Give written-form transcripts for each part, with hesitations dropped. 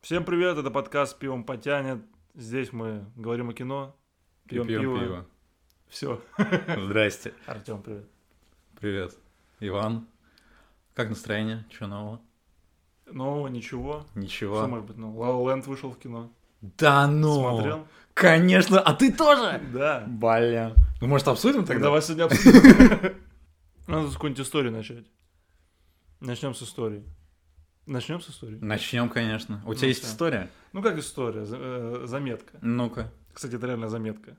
Всем привет, это подкаст «Пивом потянет». Здесь мы говорим о кино, пьем пиво. Все. Здрасте. Артем, привет. Привет. Иван. Как настроение? Чего нового? Нового ничего. Ничего. Что может быть? Ну, La La Land вышел в кино. Да ну! Смотрел? Конечно! А ты тоже? Да. Блин. Ну, может, обсудим тогда? Давай сегодня обсудим. Надо с какой-нибудь истории начать. Начнем с истории. Начнем с истории? Начнем, конечно. У тебя есть всё. история? Ну, как история? Заметка. Ну-ка. Кстати, это реально заметка.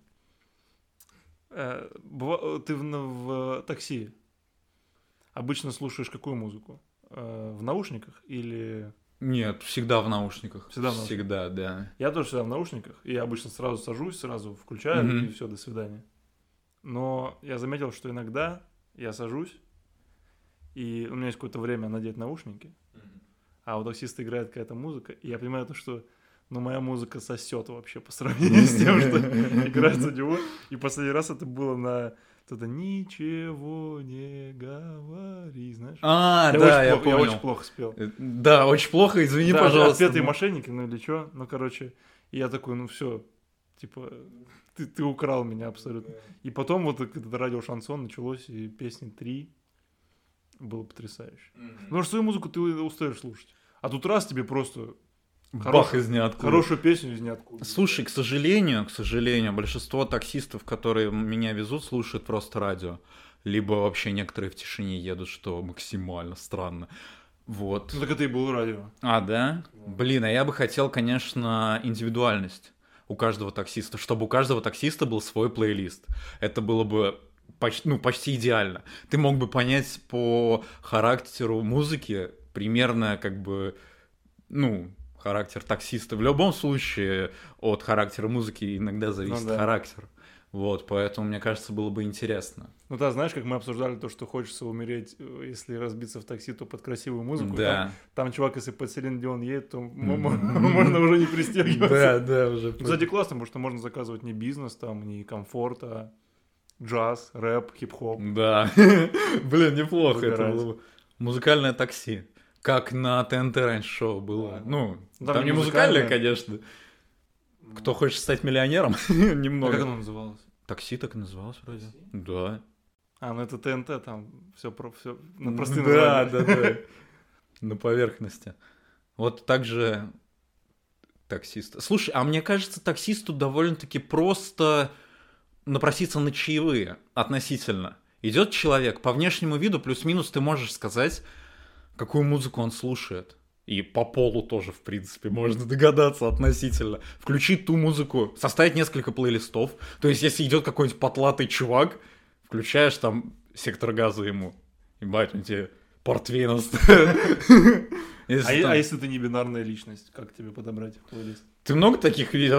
Ты в такси обычно слушаешь какую музыку? В наушниках или... Нет, всегда в наушниках. Всегда в наушниках? Всегда, да. Я тоже всегда в наушниках, и я обычно сразу сажусь, сразу включаю, Мгм. и все, до свидания. Но я заметил, что иногда я сажусь, и у меня есть какое-то время надеть наушники, а у таксиста играет какая-то музыка, и я понимаю то, что моя музыка сосет вообще по сравнению с тем, что играет у него. И последний раз это было на это «Ничего не говори», знаешь? Я понял. очень плохо спел. Да, очень плохо, извини, Да, пожалуйста. «Отпетые мошенники», ну или что, короче. И я такой, все, типа, ты украл меня абсолютно. И потом вот этот радио-шансон началось, и песни 3 было потрясающе. Потому что свою музыку ты устаешь слушать. А тут раз тебе просто Бах из ниоткуда. хорошую песню из ниоткуда. Слушай, к сожалению, большинство таксистов, которые меня везут, слушают просто радио. Либо вообще некоторые в тишине едут, что максимально странно. Вот. Ну так это и было радио. А, да? Блин, а я бы хотел, конечно, индивидуальность у каждого таксиста, чтобы у каждого таксиста был свой плейлист. Это было бы почти идеально. Ты мог бы понять по характеру музыки примерно характер таксиста. В любом случае от характера музыки иногда зависит характер. Вот, поэтому, мне кажется, было бы интересно. Ну да, знаешь, как мы обсуждали то, что хочется умереть, если разбиться в такси, то под красивую музыку. Да. Там чувак, если под Селин Дион едет, то можно уже не пристегиваться. Да, уже. Кстати, классно, потому что можно заказывать не бизнес, там, не комфорт, а джаз, рэп, хип-хоп. Да. Блин, неплохо это было бы. Музыкальное такси. Как на ТНТ раньше шоу было. Ну, там не музыкальное, конечно. Кто хочет стать миллионером? Немного. Как оно называлось? Такси так и называлось вроде. Да. Ну это ТНТ, там все на простые Да. На поверхности. Вот так же таксист. Слушай, а мне кажется, таксисту довольно-таки просто напроситься на чаевые относительно. Идет человек, по внешнему виду плюс-минус ты можешь сказать, какую музыку он слушает. И по полу тоже, в принципе, можно догадаться относительно. Включить ту музыку, составить несколько плейлистов. То есть, если идет какой-нибудь потлатый чувак, включаешь там «Сектор газа» ему. Ебать, он тебе портвейн оставит. А если ты не бинарная личность, как тебе подобрать плейлист? Ты много таких видел?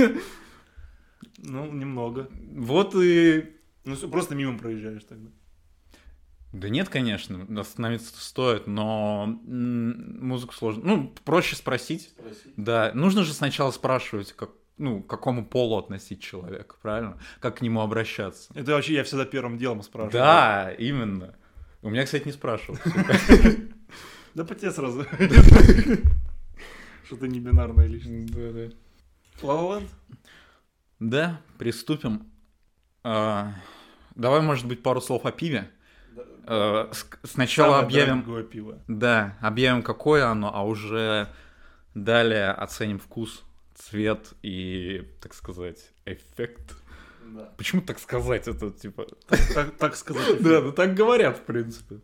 Ну, немного. Вот и... Ну, просто мимо проезжаешь тогда. Да нет, конечно, остановиться стоит, но музыку сложно. Ну, проще спросить. Да, нужно же сначала спрашивать, к какому полу относить человека, правильно? Как к нему обращаться. Это вообще я всегда первым делом спрашиваю. Да, именно. У меня, кстати, не спрашивал. Да по тебе сразу. Что ты не бинарная личность. Да. La La Land? Да, приступим. Давай, может быть, пару слов о пиве. Сначала объявим... пиво. Да, объявим, какое оно, а уже далее оценим вкус, цвет и, так сказать, эффект. Да. Почему так сказать? Это типа... Так сказать. Да, ну так говорят, в принципе.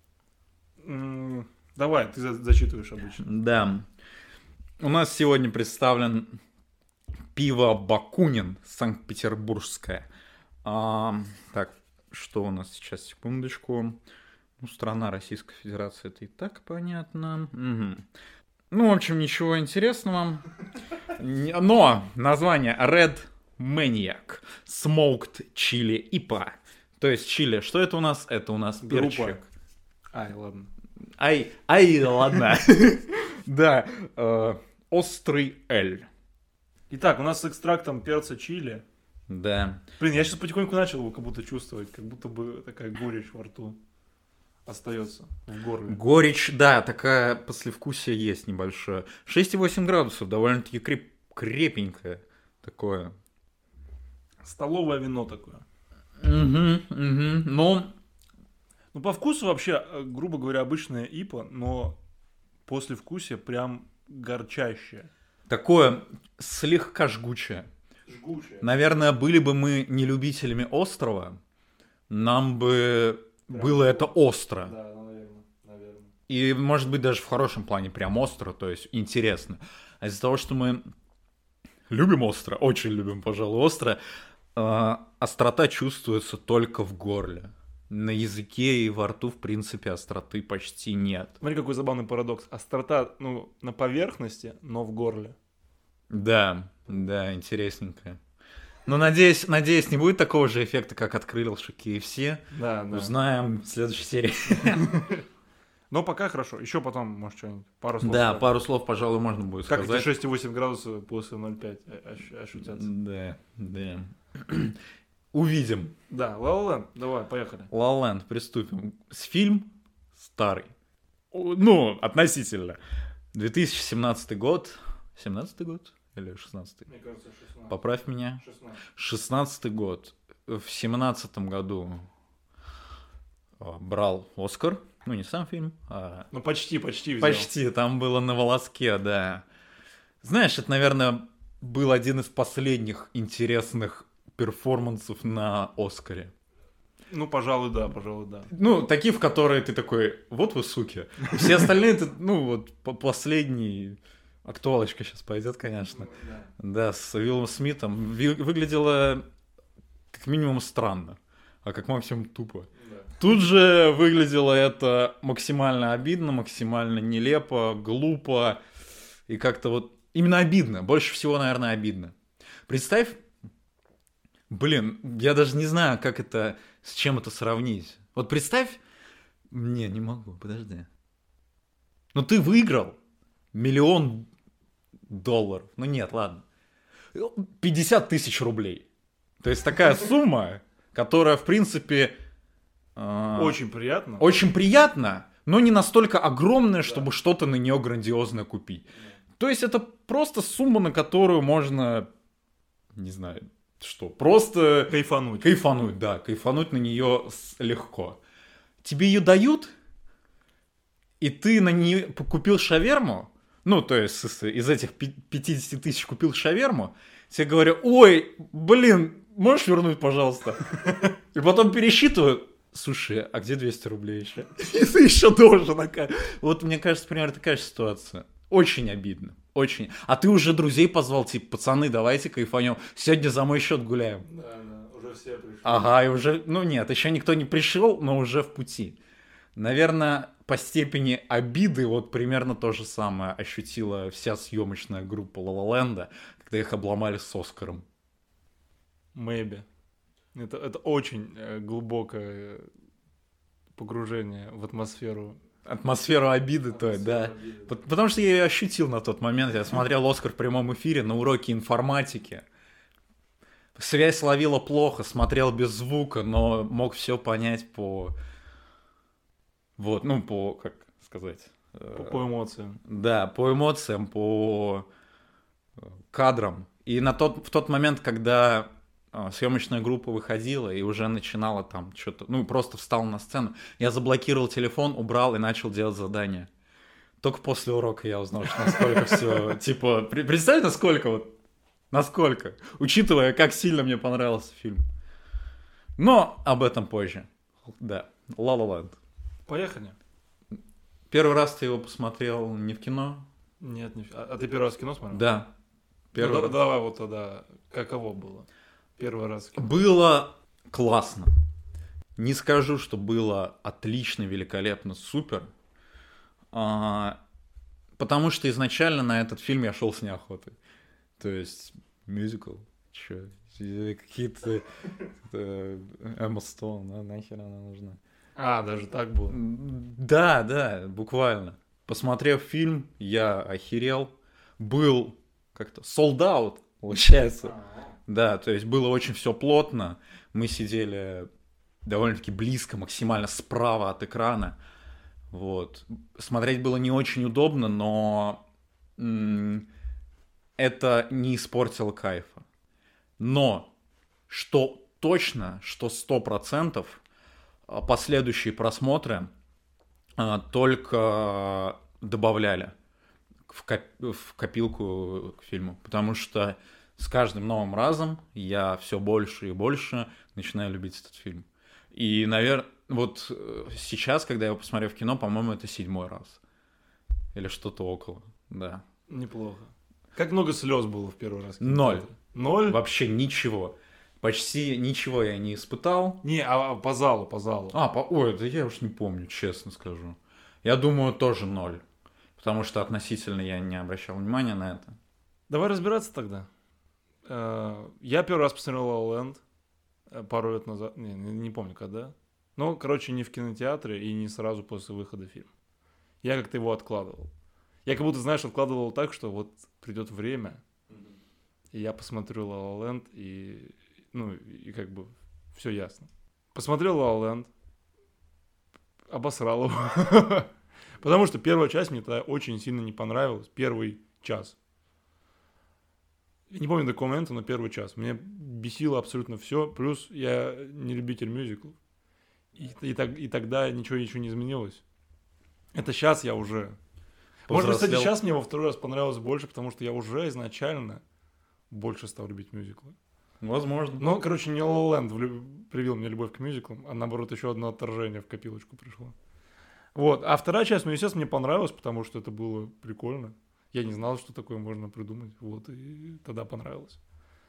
Давай, ты зачитываешь обычно. Да. У нас сегодня представлен пиво Бакунин, Санкт-Петербургское. Так, что у нас сейчас? Секундочку. Страна Российской Федерации, это и так понятно. Угу. В общем, ничего интересного. Но название Red Maniac Smoked Chili IPA. То есть чили. Что это у нас? Это у нас перчик. Ладно. Ладно. Да. Острый эль. Итак, у нас с экстрактом перца чили. Да. Блин, я сейчас потихоньку начал его как будто чувствовать, как будто бы такая горечь во рту. остается в горле. Горечь, да, такая послевкусие есть небольшое. 6,8 градусов, довольно-таки крепенькое такое. Столовое вино такое. Но... Ну, по вкусу вообще, грубо говоря, обычная ипа, но послевкусие прям горчащее. Такое слегка жгучее. Жгучее. Наверное, были бы мы не любителями острова, нам бы прям было это остро. Да, наверное. И, может быть, даже в хорошем плане прям остро, то есть интересно. А из-за того, что мы любим остро, очень любим, пожалуй, остро, острота чувствуется только в горле. На языке и во рту, в принципе, остроты почти нет. Смотри, какой забавный парадокс. Острота, ну, на поверхности, но в горле. Да, интересненько. Но надеюсь, не будет такого же эффекта, как от крылышек KFC. Да. Узнаем в следующей серии. Но пока хорошо. Еще потом, может, что-нибудь, пару слов. Да, пару слов, пожалуй, можно будет как сказать. Как эти 6,8 градусов после 0,5 ощутятся. Да. Увидим. Да, La La Land, давай, поехали. La La Land, приступим. Фильм старый. Ну, относительно. 2017 год. 17-й год? Или 16-й? Мне кажется, 16. Поправь меня. 16-й год. В 17-м году брал Оскар. Ну, не сам фильм, а... Ну, почти взял. Почти, там было на волоске, да. Знаешь, это, наверное, был один из последних интересных перформансов на Оскаре. Ну, пожалуй, да. Ну, такие, в которые ты такой, вот вы суки. Все остальные, ну, вот последний... Актуалочка сейчас пойдет, конечно. Да, с Уиллом Смитом. Выглядело как минимум странно, а как максимум тупо. Тут же выглядело это максимально обидно, максимально нелепо, глупо и как-то вот именно обидно. Больше всего, наверное, обидно. Представь, я даже не знаю, как это, с чем это сравнить. Вот представь, не могу, подожди. Ну ты выиграл $1 миллион. Ну нет, ладно. 50 тысяч рублей. То есть такая сумма, которая, в принципе... Очень приятно. Очень приятно, но не настолько огромная, чтобы что-то на нее грандиозное купить. То есть это просто сумма, на которую можно, не знаю, что, просто... Кайфануть. Кайфануть на нее легко. Тебе ее дают, и ты на нее купил шаверму, ну, то есть из этих 50 тысяч купил шаверму, тебе говорят, ой, можешь вернуть, пожалуйста? И потом пересчитывают, слушай, а где 200 рублей еще? И ты еще должен. Вот, мне кажется, примерно такая же ситуация. Очень обидно. Очень. А ты уже друзей позвал, типа, пацаны, давайте кайфанем. Сегодня за мой счет гуляем. Да, уже все пришли. Ага, и уже, ну нет, еще никто не пришел, но уже в пути. Наверное, по степени обиды вот примерно то же самое ощутила вся съемочная группа La La Land, когда их обломали с Оскаром. Maybe. Это очень глубокое погружение в атмосферу. Атмосферу обиды той, да. Обиды. Потому что я ее ощутил на тот момент. Я смотрел «Оскар» в прямом эфире на уроке информатики. Связь ловила плохо, смотрел без звука, но мог все понять по... Вот, ну, по, как сказать... По эмоциям. Да, по эмоциям, по кадрам. И в тот момент, когда съемочная группа выходила и уже начинала там что-то... Ну, просто встал на сцену. Я заблокировал телефон, убрал и начал делать задания. Только после урока я узнал, что насколько все... Типа, представь, насколько? Учитывая, как сильно мне понравился фильм. Но об этом позже. Да, La La Land. Поехали. Первый раз ты его посмотрел не в кино? Нет, не в... А ты первый раз в кино смотрел? Да. Давай вот тогда, каково было? Первый раз в кино. Было классно. Не скажу, что было отлично, великолепно, супер. Потому что изначально на этот фильм я шел с неохотой. То есть, мюзикл, чё, какие-то Эмма Стоун, нахер она нужна? Даже так было? Да, буквально. Посмотрев фильм, я охерел. Был как-то sold out, получается. Да, то есть было очень все плотно. Мы сидели довольно-таки близко, максимально справа от экрана. Вот. Смотреть было не очень удобно, но это не испортило кайфа. Но что точно, что 100%, последующие просмотры только добавляли в копилку к фильму. Потому что с каждым новым разом я все больше и больше начинаю любить этот фильм. И, наверное, вот сейчас, когда я его посмотрел в кино, по-моему, это 7-й раз. Или что-то около, да. Неплохо. Как много слез было в первый раз? 0. 0? Вообще ничего. Почти ничего я не испытал. Не, а по залу. Ой, это я уж не помню, честно скажу. Я думаю, тоже 0. Потому что относительно я не обращал внимания на это. Давай разбираться тогда. Я первый раз посмотрел La La Land пару лет назад. Не помню когда. Но, короче, не в кинотеатре и не сразу после выхода фильма. Я как-то его откладывал. Я как будто, знаешь, откладывал так, что вот придет время, и я посмотрю La La Land, и как бы все ясно. Посмотрел La La Land, обосрал его. Потому что первая часть мне тогда очень сильно не понравилась. Первый час. Я не помню до какого момента, но первый час. Мне бесило абсолютно все. Плюс я не любитель мюзиклов. И тогда ничего не изменилось. Это сейчас я уже... Может быть, кстати, сейчас мне во второй раз понравилось больше, потому что я уже изначально больше стал любить мюзиклы. Возможно. Но, короче, не La La Land привил мне любовь к мюзиклам, а наоборот еще одно отторжение в копилочку пришло. Вот. А вторая часть, естественно, мне понравилась, потому что это было прикольно. Я не знал, что такое можно придумать. Вот, и тогда понравилось.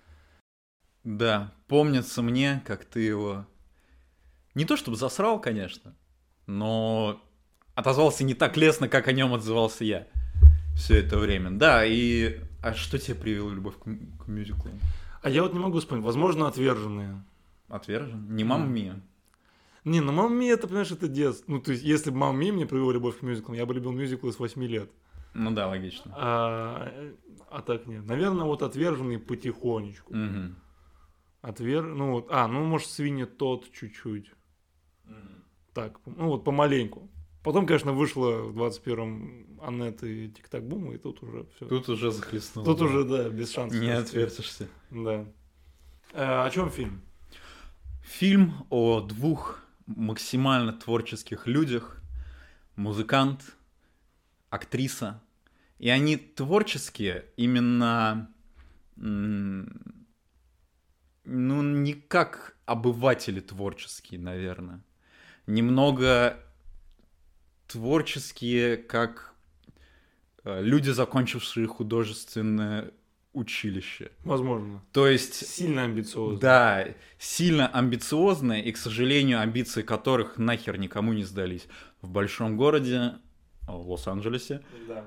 Да, помнится мне, как ты его... Не то чтобы засрал, конечно, но отозвался не так лестно, как о нем отзывался я все это время. Да, и... А что тебе привело любовь к мюзиклу? А я вот не могу вспомнить. Возможно, «Отверженные». «Отвержен»? Не «Мамма Мия»? Не, ну «Мамма Мия», это, понимаешь, это детство. Ну, то есть, если бы «Мамма Мия» мне привела любовь к мюзиклам, я бы любил мюзиклы с 8 лет. Ну да, логично. А так нет. Наверное, вот «Отверженные» потихонечку. Угу. Может, «Свиньи Тодд» чуть-чуть. Так, вот помаленьку. Потом, конечно, вышло в 21-м Аннет и Тик-Так-Бум, и тут уже все. Тут уже захлестнуло. Тут уже, да, без шансов. Не отвертишься. Да. О чем фильм? Фильм о двух максимально творческих людях. Музыкант, актриса. И они творческие именно... не как обыватели творческие, наверное. Немного творческие, как люди, закончившие художественное училище. Возможно. То есть... Сильно амбициозно. Да, сильно амбициозные, и, к сожалению, амбиции которых нахер никому не сдались. В большом городе, в Лос-Анджелесе,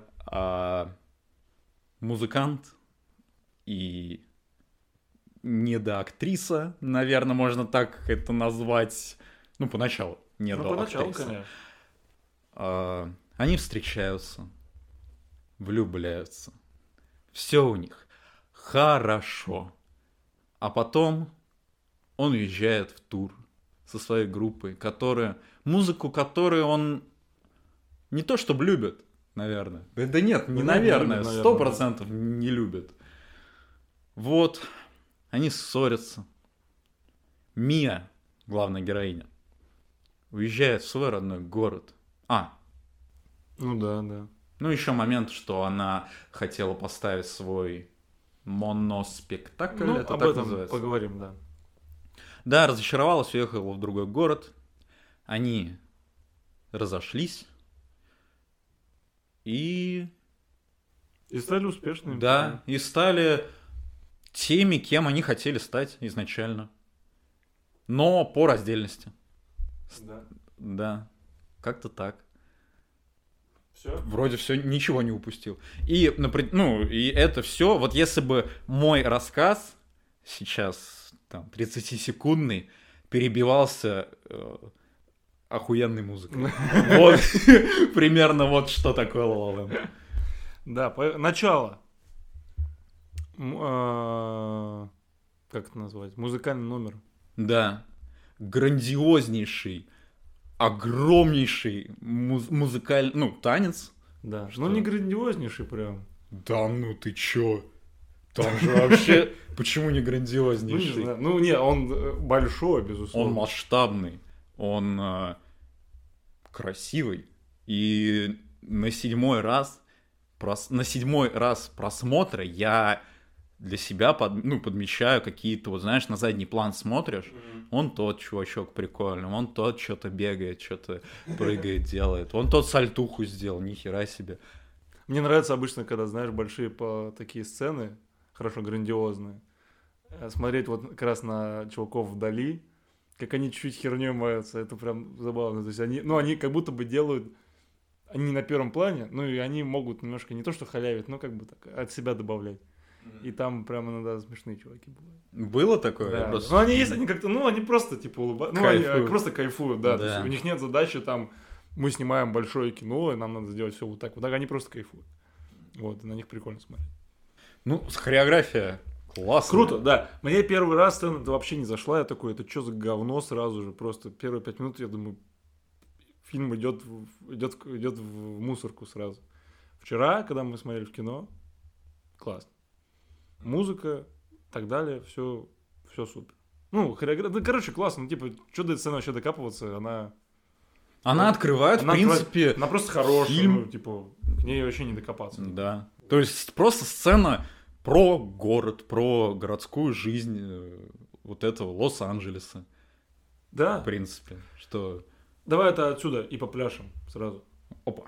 музыкант и недоактриса, наверное, можно так это назвать. Поначалу. Поначалу, конечно. Они встречаются, влюбляются. Все у них хорошо. А потом он уезжает в тур со своей группой, музыку которую он не то чтобы любит, наверное. Да нет, не наверное, 100% не любит. Вот, они ссорятся. Мия, главная героиня, уезжает в свой родной город. Ну да. Еще момент, что она хотела поставить свой моноспектакль. Это об так этом называется. Поговорим, да. Да, разочаровалась, уехала в другой город. Они разошлись. И стали успешными. Да, и стали теми, кем они хотели стать изначально. Но по раздельности. Да. Да, как-то так. Все? Вроде все, ничего не упустил. И это все, вот если бы мой рассказ сейчас, 30-секундный, перебивался охуенной музыкой. Вот, примерно вот что такое La La Land. Да, начало. Как это назвать? Музыкальный номер. Да. грандиознейший, огромнейший музыкальный, ну, танец. Да, Что? ну не грандиознейший прям. Да ну ты чё? Там же вообще... Почему не Ну, не грандиознейший? знаю. Ну, не, он большой, безусловно. Он масштабный, он красивый. И на седьмой раз просмотра я для себя подмечаю какие-то, вот знаешь, на задний план смотришь, он тот чувачок прикольный, он тот что-то бегает, что-то прыгает, делает, он тот сальтуху сделал, нихера себе. Мне нравится обычно, когда, знаешь, большие такие сцены, хорошо грандиозные, смотреть вот как раз на чуваков вдали, как они чуть-чуть херней маются, это прям забавно. То есть они как будто бы делают, они на первом плане, ну и они могут немножко не то что халявить, но как бы так от себя добавлять. И там прям иногда смешные чуваки бывают. Было такое? Да. Просто... Ну они есть, они как-то, ну они просто типа улыбаются, ну они просто кайфуют, да. То есть у них нет задачи там, мы снимаем большое кино, и нам надо сделать все вот так. Вот так они просто кайфуют. Вот, и на них прикольно смотреть. Ну, хореография классно. Круто, да. Мне первый раз сцена вообще не зашла, я такой, это что за говно сразу же, просто первые 5 минут, я думаю, фильм идет в мусорку сразу. Вчера, когда мы смотрели в кино, классно. Музыка, так далее, все супер. Ну, хореография, да, короче, классно, ну, типа, что до этой сцены вообще докапываться, Она открывает, в принципе, она просто хорошая, фильм. ну, типа, к ней вообще не докопаться. Да. То есть просто сцена про город, про городскую жизнь вот этого Лос-Анджелеса. Да. В принципе, что... Давай это отсюда и по пляшам сразу. Опа.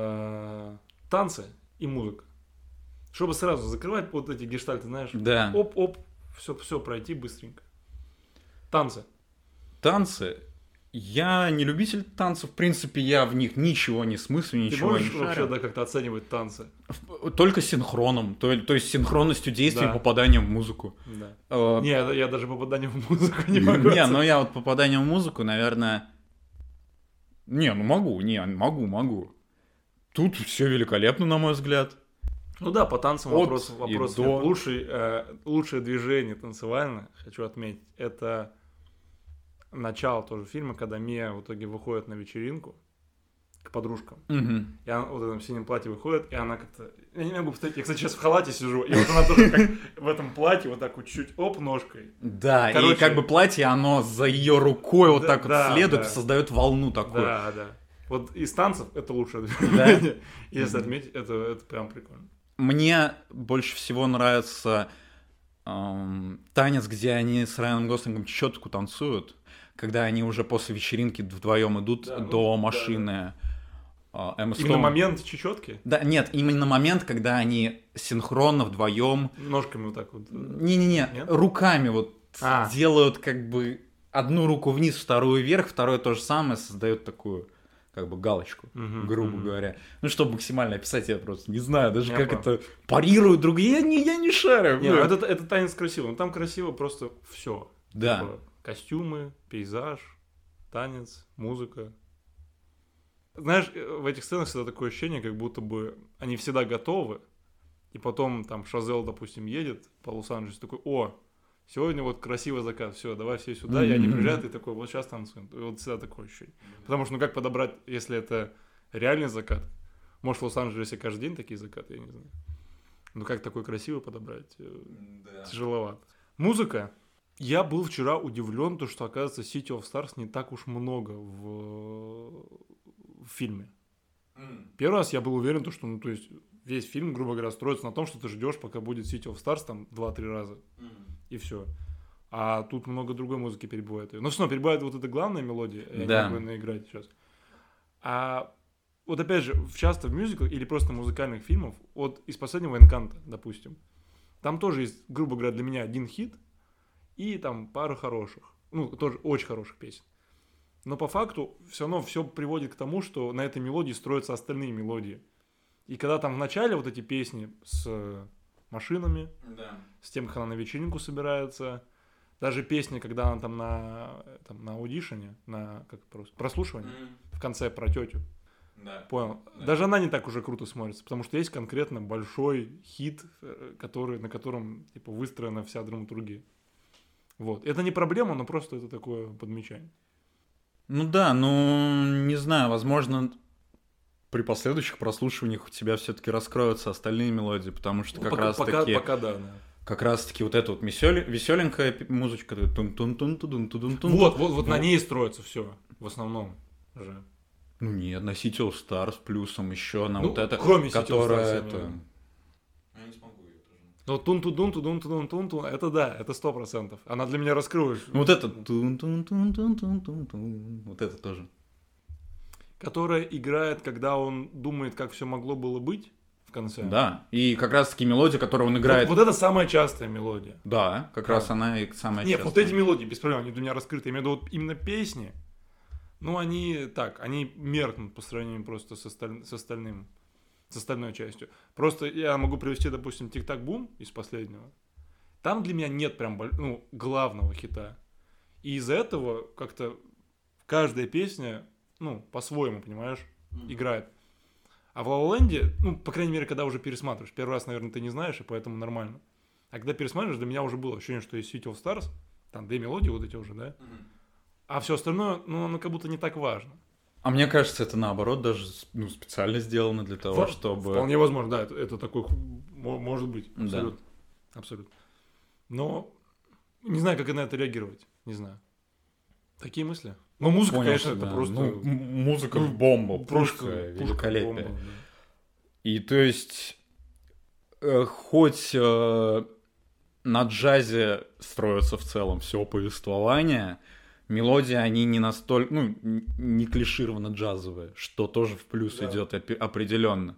Танцы и музыка. Чтобы сразу закрывать вот эти гештальты, знаешь. Да. Оп-оп, все пройти быстренько. Танцы. Танцы. Я не любитель танцев, в принципе, я в них ничего не смыслю, ничего не шарю. Ты можешь вообще, да, как-то оценивать танцы? Только синхроном, то есть синхронностью действий, Да. попаданием в музыку. Да. Не, я даже попаданием в музыку не могу. Не, ну я вот попаданием в музыку, наверное... Не, ну могу. Тут все великолепно, на мой взгляд. Ну да, по танцам вопрос и нет. до. Лучшее движение танцевальное, хочу отметить, это начало тоже фильма, когда Мия в итоге выходит на вечеринку к подружкам. Угу. И она вот в этом синем платье выходит, и она как-то... Я не могу представить, я, кстати, сейчас в халате сижу, и вот она тоже как в этом платье вот так вот чуть оп, ножкой. Да, Короче, и как бы платье, оно за ее рукой вот Да, так вот да, следует, да. создает волну такую. Да, да. Вот из танцев это лучшее движение. Если отметить, это прям прикольно. Мне больше всего нравится танец, где они с Райаном Гослингом четко танцуют, когда они уже после вечеринки вдвоем идут до машины. Эмма Стоун. Именно момент чечетки? Да, нет, именно момент, когда они синхронно вдвоем. Ножками вот так вот. Не-не-не, Нет? руками вот делают как бы одну руку вниз, вторую вверх, второе то же самое, создают такую как бы галочку, грубо говоря. Ну, чтобы максимально описать, я просто не знаю даже, как это парируют другие. Я не шарю. Не, это танец красивый. Но там красиво просто все. Да. Типа, костюмы, пейзаж, танец, музыка. Знаешь, в этих сценах всегда такое ощущение, как будто бы они всегда готовы, и потом там Шазел, допустим, едет по Лос-Анджелесу, такой, о, сегодня вот красивый закат, все, давай все сюда, и они приезжают, и такой, вот сейчас танцуем. И вот всегда такое ощущение. Потому что, ну как подобрать, если это реальный закат? Может, в Лос-Анджелесе каждый день такие закаты, я не знаю. Но как такой красивый подобрать? Да. Тяжеловато. Музыка. Я был вчера удивлен, что, оказывается, City of Stars не так уж много в фильме. Первый раз я был уверен, что, ну, то есть, весь фильм, грубо говоря, строится на том, что ты ждешь, пока будет City of Stars там 2-3 раза. И все. А тут много другой музыки перебывает. Но все равно перебывает вот эта главная мелодия. Я не могу наиграть сейчас. А вот опять же, часто в мюзиклах или просто музыкальных фильмах, вот из последнего «Энканто», допустим, там тоже есть, грубо говоря, для меня один хит и там пара хороших. Ну, тоже очень хороших песен. Но по факту все равно все приводит к тому, что на этой мелодии строятся остальные мелодии. И когда там в начале вот эти песни с машинами, с тем, как она на вечеринку собирается, даже песня, когда она там на аудишене, на прослушивании, в конце про тетю. Да. Понял. Да. Даже она не так уже круто смотрится, потому что есть конкретно большой хит, на котором типа выстроена вся драматургия. Вот. Это не проблема, но просто это такое подмечание. Ну да, ну не знаю, возможно, при последующих прослушиваниях у тебя все-таки раскроются остальные мелодии, потому что как раз-таки... Пока да. Как раз-таки вот эта вот веселенькая музычка, тун-тун-тун-тун-тун-тун-тун. Вот на ней строится все в основном же. Ну нет, на City of Stars плюсом еще на вот это, кроме которая City of Stars, это... Я не смогу ее тоже. Ну тун-тун-тун-тун-тун-тун-тун, это да, это 100%. Она для меня раскроешь. Ну вот это тун-тун-тун-тун-тун-тун, вот это тоже. Которая играет, когда он думает, как все могло было быть в конце. Да, и как раз-таки мелодия, которую он играет... Вот это самая частая мелодия. Да, как раз она и самая Нет, частая. вот эти мелодии, без проблем, они для меня раскрыты. Я имею в виду вот именно песни, ну, они меркнут по сравнению просто с остальной частью. Просто я могу привести, допустим, «Тик-так бум» из последнего. Там для меня нет прям, главного хита. И из-за этого как-то каждая песня, по-своему, понимаешь, играет. А в «Ла Ла Ленде», по крайней мере, когда уже пересматриваешь, первый раз, наверное, ты не знаешь, и поэтому нормально. А когда пересматриваешь, для меня уже было ощущение, что есть City of Stars, там две мелодии вот эти уже, да? А все остальное, оно как будто не так важно. А мне кажется, это наоборот даже специально сделано для того, чтобы... Вполне возможно, да, это такой, может быть, абсолютно. Да. Абсолютно. Но не знаю, как на это реагировать, не знаю. Такие мысли. Но музыка, Понял, конечно, да. это просто... музыка бомба, просто пушка, великолепие. бомба, да. И то есть, хоть на джазе строится в целом все повествование, мелодии, они не настолько, не клишированно джазовые, что тоже в плюс идет определенно.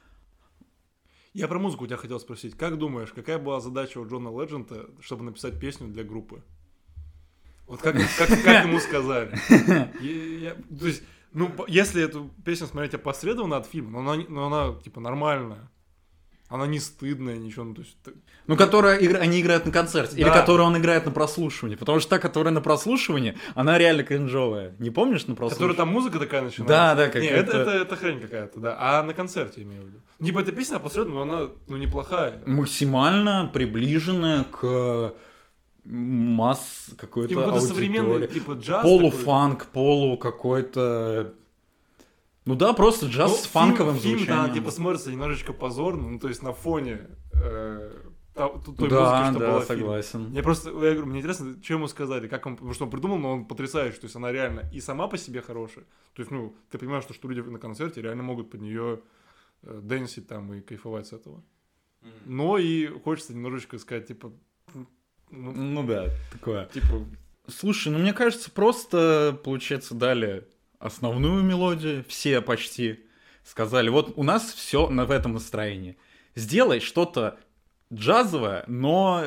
Я про музыку у тебя хотел спросить. Как думаешь, какая была задача у Джона Ледженда, чтобы написать песню для группы? Вот как ему сказали. То есть, если эту песню смотреть опосредованно от фильма, но она типа нормальная. Она не стыдная, ничего. То есть... которая они играют на концерте. Да. Или которую он играет на прослушивании. Потому что та, которая на прослушивании, она реально кринжовая. Не помнишь на прослушивании? Которая там музыка такая начинается? Да, как это хрень какая-то, да. А на концерте, имею в виду. Типа эта песня опосредованно, но она неплохая. Максимально приближенная к какой-то типа какой-то современный, типа джаз. Полуфанк, полу какой-то... Ну да, просто джаз с фанковым звучанием. Фильм, типа, смотрится немножечко позорно, то есть на фоне той музыки, что была в согласен. фильме. Я говорю, мне интересно, что ему сказали, потому что он придумал, но он потрясающий, то есть она реально и сама по себе хорошая. То есть, ты понимаешь, что люди на концерте реально могут под нее дэнсить там и кайфовать с этого. Но и хочется немножечко сказать, типа... да, такое. Типа... Слушай, мне кажется, просто, получается, дали... основную мелодию, все почти сказали, вот у нас все в этом настроении. Сделай что-то джазовое, но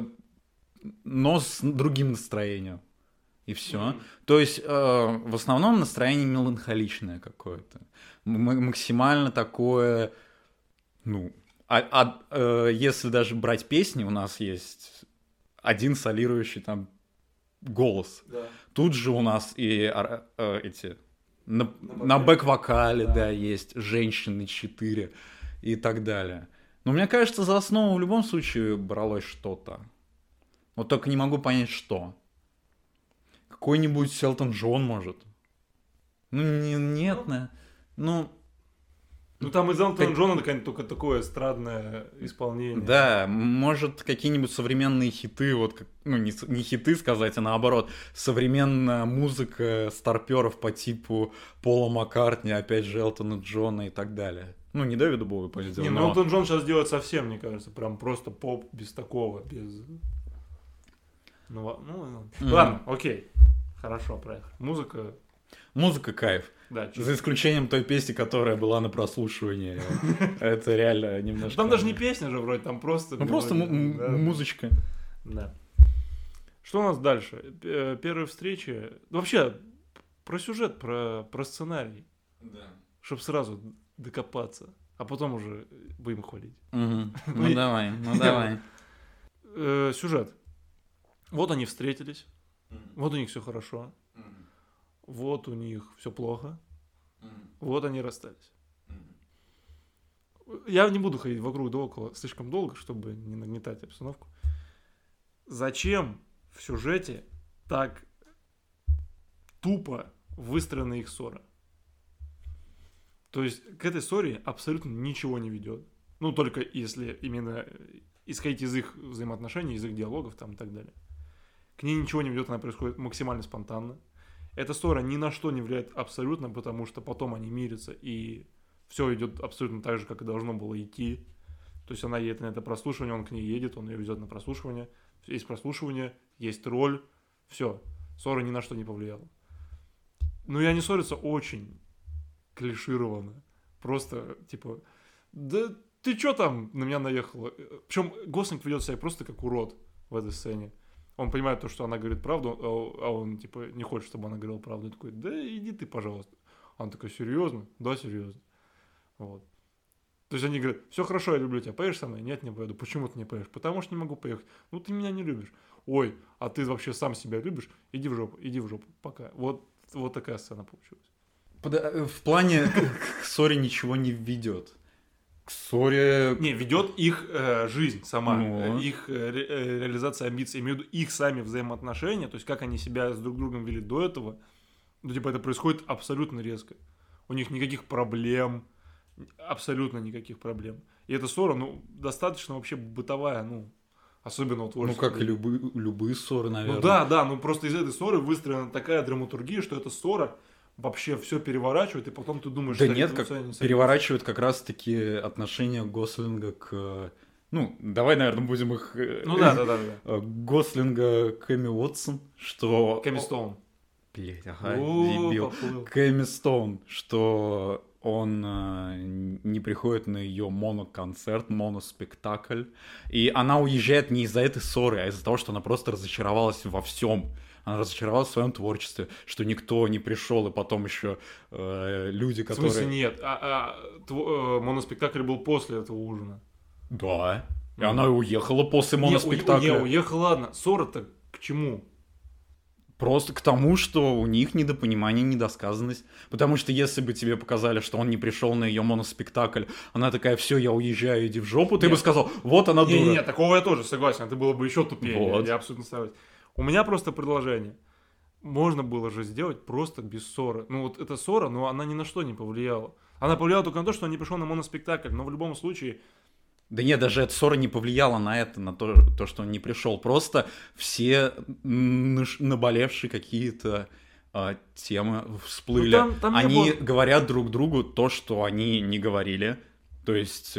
с другим настроением. И все. То есть в основном настроение меланхоличное какое-то. Максимально такое, если даже брать песни, у нас есть один солирующий там голос. Да. Тут же у нас и эти... На бэк-вокале, да, есть женщины 4 и так далее. Но мне кажется, за основу в любом случае бралось что-то. Вот только не могу понять, что. Какой-нибудь Элтон Джон, может? Нет. Там из Элтона Джона только такое эстрадное исполнение. Да, может, какие-нибудь современные хиты, не хиты сказать, а наоборот, современная музыка старперов по типу Пола Маккартни, опять же, Элтона Джона и так далее. Не Дэвида Боуи, по идее. Но Элтон Джон сейчас делает совсем, мне кажется, прям просто поп без такого, без... Ладно, окей. Хорошо, проехали. Музыка кайф. Да, за исключением той песни, которая была на прослушивании. Это реально немножко... Там даже не песня же вроде, там просто... просто музычка. Да. Что у нас дальше? Первые встречи... Вообще, про сюжет, про сценарий. Да. Чтоб сразу докопаться. А потом уже будем хвалить. Давай. Сюжет. Вот они встретились. Вот у них все хорошо. Вот у них все плохо. Вот они расстались. Я не буду ходить вокруг да около слишком долго, чтобы не нагнетать обстановку. Зачем в сюжете так тупо выстроена их ссора. То есть к этой ссоре абсолютно ничего не ведет. Ну, только если именно исходить из их взаимоотношений, из их диалогов там и так далее. К ней ничего не ведет, она происходит максимально спонтанно. Эта ссора ни на что не влияет абсолютно, потому что потом они мирятся, и все идет абсолютно так же, как и должно было идти. То есть она едет на это прослушивание, он к ней едет, он ее везет на прослушивание. Есть прослушивание, есть роль, все. Ссора ни на что не повлияла. Ну и они ссорятся очень клишированно. Просто, типа, да ты чё там на меня наехала? Причем Гослинг ведет себя просто как урод в этой сцене. Он понимает то, что она говорит правду, а он, типа, не хочет, чтобы она говорила правду. И такой, да иди ты, пожалуйста. Она такая, серьезно? Да, серьезно. Вот. То есть они говорят, все хорошо, я люблю тебя, поедешь со мной? Нет, не поеду. Почему ты не поедешь? Потому что не могу поехать. Ну, ты меня не любишь. Ой, а ты вообще сам себя любишь? Иди в жопу, пока. Вот такая сцена получилась. В плане к ссоре ничего не ведет. К ссоре... Не, ведет их жизнь сама, Ну. их реализация амбиций, имею в виду их сами взаимоотношения, то есть как они себя с друг другом вели до этого, ну, типа, это происходит абсолютно резко. У них никаких проблем, абсолютно никаких проблем. И эта ссора, ну, достаточно вообще бытовая, ну, особенно у Ну, творческих как и людей. любые ссоры, наверное. Ну да, ну просто из этой ссоры выстроена такая драматургия, что эта ссора вообще все переворачивает, и потом ты думаешь, Да что нет, как переворачивают как раз-таки отношения Гослинга к... Ну, давай, наверное, будем их... Ну да. Гослинга к Эми Уотсон, что... Кэмми Стоун. Блять, ага, дебил. К Эми Стоун, что он не приходит на ее моноконцерт, моноспектакль. И она уезжает не из-за этой ссоры, а из-за того, что она просто разочаровалась во всем. Она разочаровалась в своем творчестве, что никто не пришел, и потом еще люди, которые... В смысле нет? Моноспектакль был после этого ужина. Да. И она уехала после моноспектакля. Не, уехала, ладно. Ссора-то к чему? Просто к тому, что у них недопонимание, недосказанность. Потому что если бы тебе показали, что он не пришел на ее моноспектакль, она такая, все, я уезжаю, иди в жопу, ты бы сказал, вот она дура. Не, такого я тоже согласен, это было бы еще тупее. Вот. Я абсолютно согласен. У меня просто предложение. Можно было же сделать просто без ссоры. Ну вот эта ссора, но она ни на что не повлияла. Она повлияла только на то, что он не пришел на моноспектакль, но в любом случае... Да нет, даже эта ссора не повлияла на это, на то, что он не пришел. Просто все наболевшие какие-то темы всплыли. Там они говорят друг другу то, что они не говорили. То есть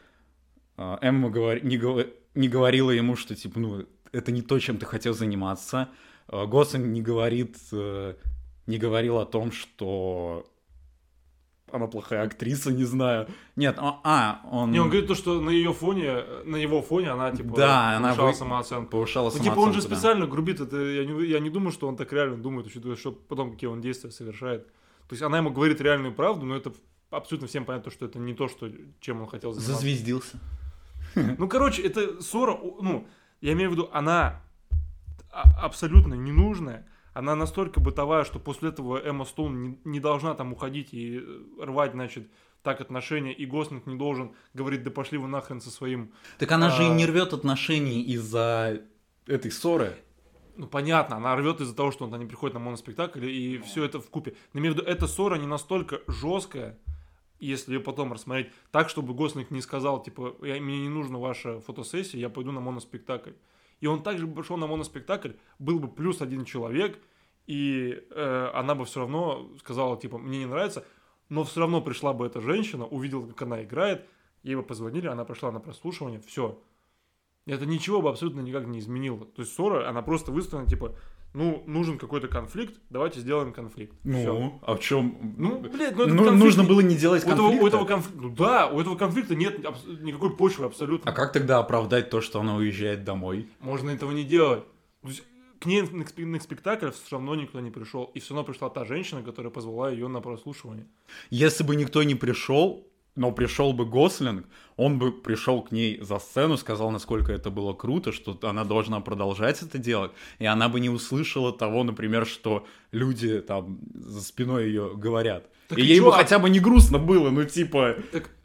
Эмма не говорила ему, что типа, ну, это не то, чем ты хотел заниматься. Гослинг не говорил о том, что она плохая актриса, не знаю. Нет, он... Не, он говорит то, что на его фоне она, типа, да, повышала самооценку. Повышала самооценку, типа, он же специально грубит, это я не думаю, что он так реально думает, учитывая, что потом какие он действия совершает. То есть она ему говорит реальную правду, но это абсолютно всем понятно, что это не то, чем он хотел заниматься. Зазвездился. Ну, короче, это ссора, ну, я имею в виду, она абсолютно ненужная. Она настолько бытовая, что после этого Эмма Стоун не должна там уходить и рвать, значит, так отношения, и Гослинг не должен говорить, да пошли вы нахрен со своим... Так она же и не рвет отношений из-за этой ссоры. Ну, понятно, она рвет из-за того, что он не приходит на моноспектакль, и все это вкупе. Но имею в виду, эта ссора не настолько жесткая, если ее потом рассмотреть, так, чтобы Гослинг не сказал, типа, мне не нужна ваша фотосессия, я пойду на моноспектакль. И он также бы пошел на моноспектакль, был бы плюс один человек, и она бы все равно сказала, типа, мне не нравится, но все равно пришла бы эта женщина, увидела, как она играет, ей бы позвонили, она пошла на прослушивание, все. Это ничего бы абсолютно никак не изменило. То есть ссора, она просто выстроена, типа, ну, нужен какой-то конфликт, давайте сделаем конфликт. Ну, всё. а в чем? Ну, блядь, ну это нужно было не делать конфликта. У этого конфликта нет никакой почвы абсолютно. А как тогда оправдать то, что она уезжает домой? Можно этого не делать. То есть, к ней на спектакль все равно никто не пришел. И все равно пришла та женщина, которая позвала ее на прослушивание. Если бы никто не пришел, но пришел бы Гослинг, он бы пришел к ней за сцену, сказал, насколько это было круто, что она должна продолжать это делать, и она бы не услышала того, например, что люди там за спиной ее говорят. Так и ей бы хотя бы не грустно было, ну типа... Так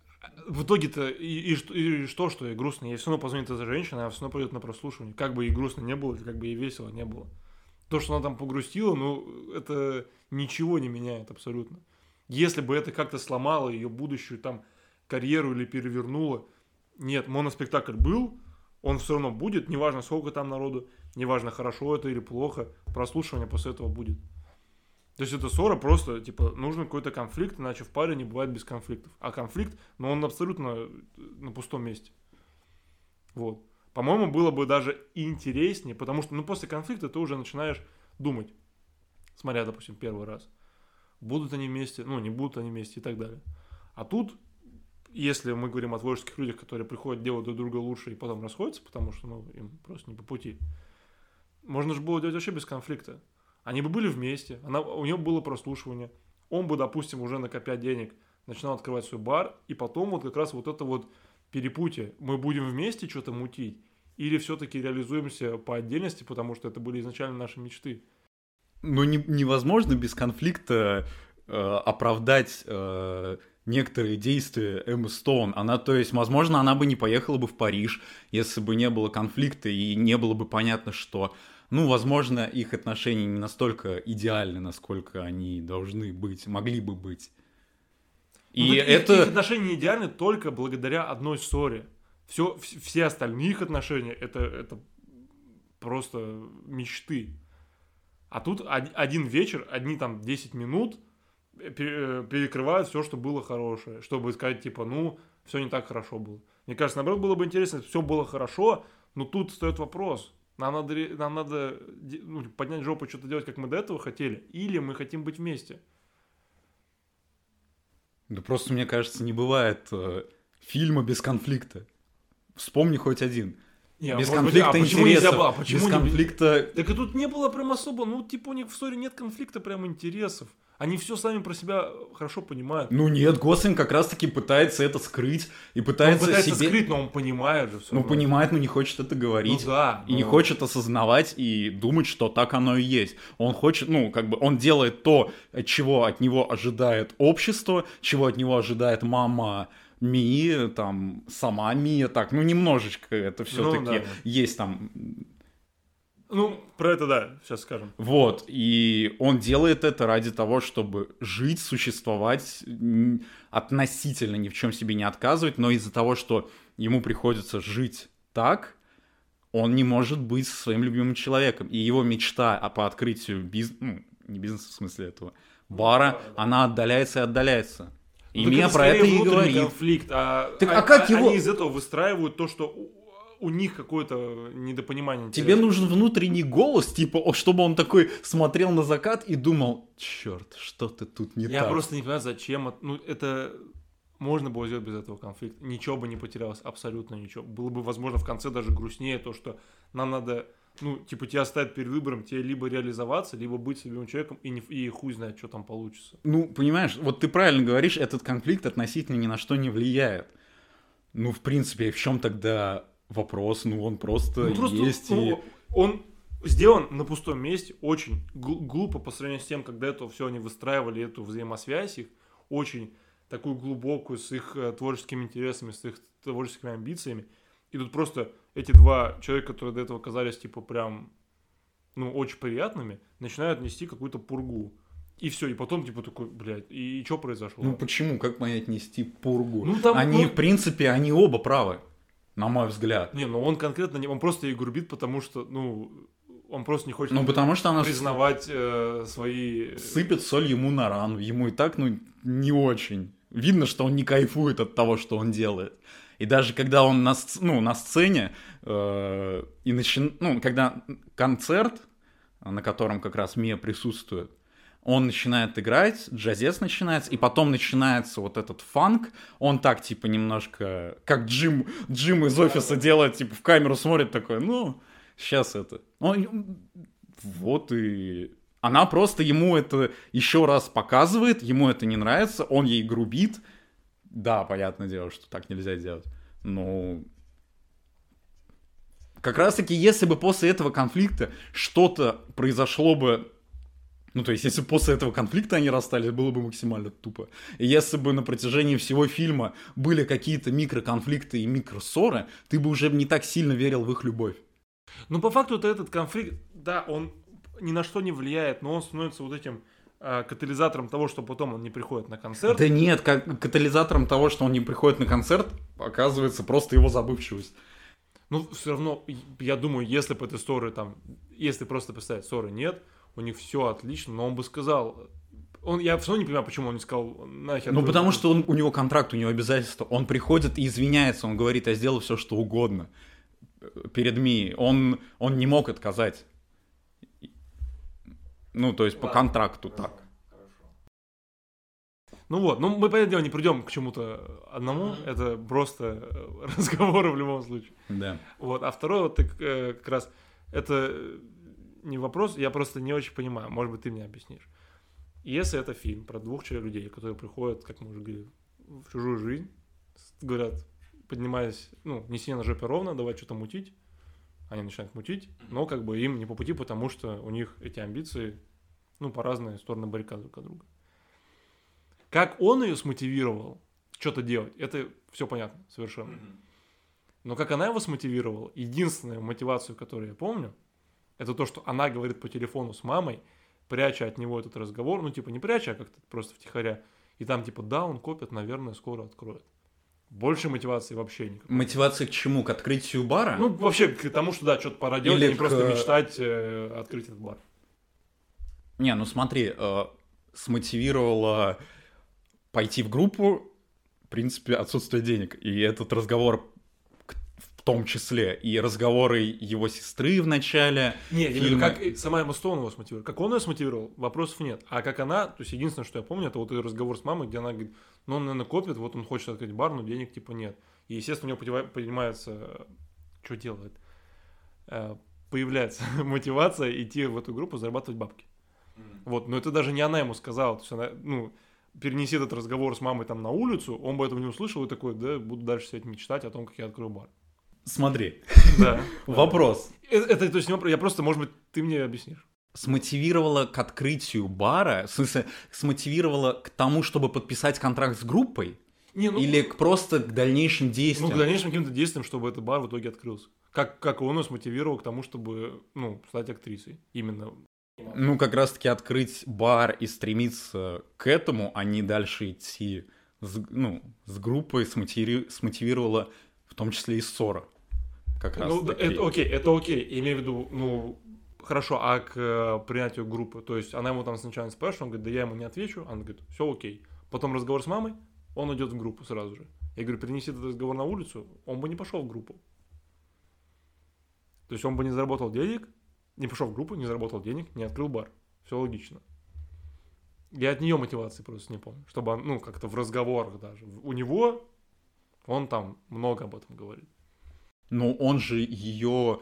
в итоге-то и что ей грустно? Ей все равно позвонит эта женщина, а все равно пойдет на прослушивание. Как бы ей грустно не было, как бы ей весело не было. То, что она там погрустила, ну, это ничего не меняет абсолютно. Если бы это как-то сломало ее будущую там карьеру или перевернуло, нет, моноспектакль был, он все равно будет, неважно сколько там народу, неважно хорошо это или плохо, прослушивание после этого будет. То есть это ссора просто, типа, нужен какой-то конфликт, иначе в паре не бывает без конфликтов. А конфликт, ну, он абсолютно на пустом месте. Вот. По-моему, было бы даже интереснее, потому что, ну, после конфликта ты уже начинаешь думать, смотря, допустим, первый раз, будут они вместе, ну, не будут они вместе и так далее. А тут, если мы говорим о творческих людях, которые приходят делать друг друга лучше и потом расходятся, потому что, ну, им просто не по пути, можно же было делать вообще без конфликта. Они бы были вместе, у нее было прослушивание, он бы, допустим, уже накопя денег, начинал открывать свой бар, и потом вот как раз вот это вот перепутье. Мы будем вместе что-то мутить, или все-таки реализуемся по отдельности, потому что это были изначально наши мечты. Ну, невозможно без конфликта оправдать некоторые действия Эммы Стоун. Она, то есть, возможно, она бы не поехала бы в Париж, если бы не было конфликта и не было бы понятно, что, ну, возможно, их отношения не настолько идеальны, насколько они должны быть, могли бы быть. И это... их отношения идеальны только благодаря одной ссоре. Все остальные их отношения это просто мечты. А тут один вечер, одни там 10 минут перекрывают все, что было хорошее. Чтобы сказать, типа, ну, все не так хорошо было. Мне кажется, наоборот, было бы интересно, если все было хорошо, но тут встает вопрос. Нам надо поднять жопу, что-то делать, как мы до этого хотели, или мы хотим быть вместе. Да просто, мне кажется, не бывает фильма без конфликта. Вспомни хоть один. Без конфликта интересов. Без конфликта... Так и тут не было прям особо, ну, типа у них в ссоре нет конфликта прям интересов. Они все сами про себя хорошо понимают. Ну нет, Гослинг как раз-таки пытается это скрыть и пытается скрыть, но он понимает же все. Ну, понимает, но не хочет это говорить. Ну да. И не хочет осознавать и думать, что так оно и есть. Он хочет, ну, как бы, он делает то, чего от него ожидает общество, чего от него ожидает мама Мии, там, сама Мия, так, ну, немножечко это все-таки есть там... Ну, про это да, сейчас скажем. Вот, и он делает это ради того, чтобы жить, существовать, относительно ни в чем себе не отказывать, но из-за того, что ему приходится жить так, он не может быть со своим любимым человеком. И его мечта по открытию ну, не бизнеса в смысле этого, бара, она отдаляется и отдаляется. И Мия про это и говорит. Конфликт, как его... Они из этого выстраивают то, что... У них какое-то недопонимание. Тебе нужен внутренний голос, типа, чтобы он такой смотрел на закат и думал, черт, что-то тут не так. Я просто не понимаю, зачем. Ну, это можно было сделать без этого конфликта. Ничего бы не потерялось, абсолютно ничего. Было бы, возможно, в конце даже грустнее то, что нам надо, ну, типа, тебя ставят перед выбором, тебе либо реализоваться, либо быть с любимым человеком, и хуй знает, что там получится. Ну, понимаешь, вот ты правильно говоришь, этот конфликт относительно ни на что не влияет. Ну, в принципе, в чем тогда... Вопрос, ну он просто есть. Он сделан на пустом месте, очень глупо по сравнению с тем, когда это все они выстраивали, эту взаимосвязь их, очень такую глубокую, с их творческими интересами, с их творческими амбициями. И тут просто эти два человека, которые до этого казались типа прям, ну, очень приятными, начинают нести какую-то пургу. И все, и потом типа такой, блядь, и что произошло? Ну почему, как понять нести пургу? Ну, там, в принципе, они оба правы. На мой взгляд. Не, ну он конкретно не... Он просто ей грубит, потому что, ну... Он просто не хочет потому что она признавать свои... Сыпет соль ему на рану. Ему и так, ну, не очень. Видно, что он не кайфует от того, что он делает. И даже когда он на сцене, когда концерт, на котором как раз Мия присутствует, он начинает играть, джазец начинается, и потом начинается вот этот фанк. Он так, типа, немножко, как Джим из офиса делает, типа, в камеру смотрит такой, ну, сейчас это. Вот и... Она просто ему это еще раз показывает, ему это не нравится, он ей грубит. Да, понятное дело, что так нельзя делать. Но... Как раз-таки, если бы после этого конфликта что-то произошло бы Ну, то есть, если бы после этого конфликта они расстались, было бы максимально тупо. И если бы на протяжении всего фильма были какие-то микроконфликты и микроссоры, ты бы уже не так сильно верил в их любовь. Ну, по факту-то этот конфликт, да, он ни на что не влияет, но он становится вот этим катализатором того, что потом он не приходит на концерт. Да нет, как катализатором того, что он не приходит на концерт, оказывается просто его забывчивость. Ну, все равно, я думаю, если бы этой ссоры там, если просто представить, ссоры нет, у них все отлично, но он бы сказал, я все равно не понимаю, почему он не сказал нахер. Ну, потому что у него контракт, у него обязательства, он приходит и извиняется, он говорит, я сделал все, что угодно перед Мией, он не мог отказать. Ну, то есть по контракту так. Ну вот, ну мы, понятное дело, не придем к чему-то одному, это просто разговоры в любом случае. Да. Вот, а второе, вот как раз, это не вопрос, я просто не очень понимаю, может быть, ты мне объяснишь. Если это фильм про двух людей, которые приходят, как мы уже говорили, в чужую жизнь, говорят, поднимаясь, ну, не сидя на жопе ровно, давай что-то мутить, они начинают мутить, но как бы им не по пути, потому что у них эти амбиции, ну, по разные стороны баррикад друг от друга. Как он ее смотивировал что-то делать, это все понятно совершенно. Но как она его смотивировала, единственную мотивацию, которую я помню, это то, что она говорит по телефону с мамой, пряча от него этот разговор, ну, типа, не пряча, а как-то просто втихаря. И там, типа, да, он копит, наверное, скоро откроет. Больше мотивации вообще никакой. Мотивация к чему? К открытию бара? Ну, вообще, к тому, что, да, что-то пора делать, Или а не просто мечтать открыть этот бар. Не, ну смотри, смотивировало пойти в группу, в принципе, отсутствие денег. И этот разговор в том числе, и разговоры его сестры в начале. Нет, фильма... как сама Эмма Стоун его смотивировала. Как он ее смотивировал, вопросов нет. А как она, то есть единственное, что я помню, это вот этот разговор с мамой, где она говорит, ну он, наверное, копит, вот он хочет открыть бар, но денег типа нет. И, естественно, у него поднимается, что делает? Появляется мотивация идти в эту группу, зарабатывать бабки. Вот, но это даже не она ему сказала, то есть она, ну, перенеси этот разговор с мамой там на улицу, он бы этого не услышал и такой, да, буду дальше сидеть мечтать о том, как я открою бар. Смотри, да. Вопрос. Это, то есть, я просто, может быть, ты мне объяснишь. Смотивировала к открытию бара, в смысле, смотивировала к тому, чтобы подписать контракт с группой? Не, ну, или просто к дальнейшим действиям? Ну, к дальнейшим каким-то действиям, чтобы этот бар в итоге открылся. Как он ее смотивировал к тому, чтобы, ну, стать актрисой. Именно. Ну, как раз-таки открыть бар и стремиться к этому, а не дальше идти с группой, смотивировала в том числе и ссора. Как раз ну, это окей. Имею в виду, ну, хорошо, а к принятию группы, то есть она ему там сначала спрашивает, он говорит, да я ему не отвечу, она говорит, все окей. Потом разговор с мамой, он идет в группу сразу же. Я говорю, перенеси этот разговор на улицу, он бы не пошел в группу. То есть он бы не заработал денег, не пошел в группу, не заработал денег, не открыл бар. Все логично. Я от нее мотивации просто не помню. Чтобы, ну, как-то в разговорах даже. У него, он там много об этом говорит. Но он же ее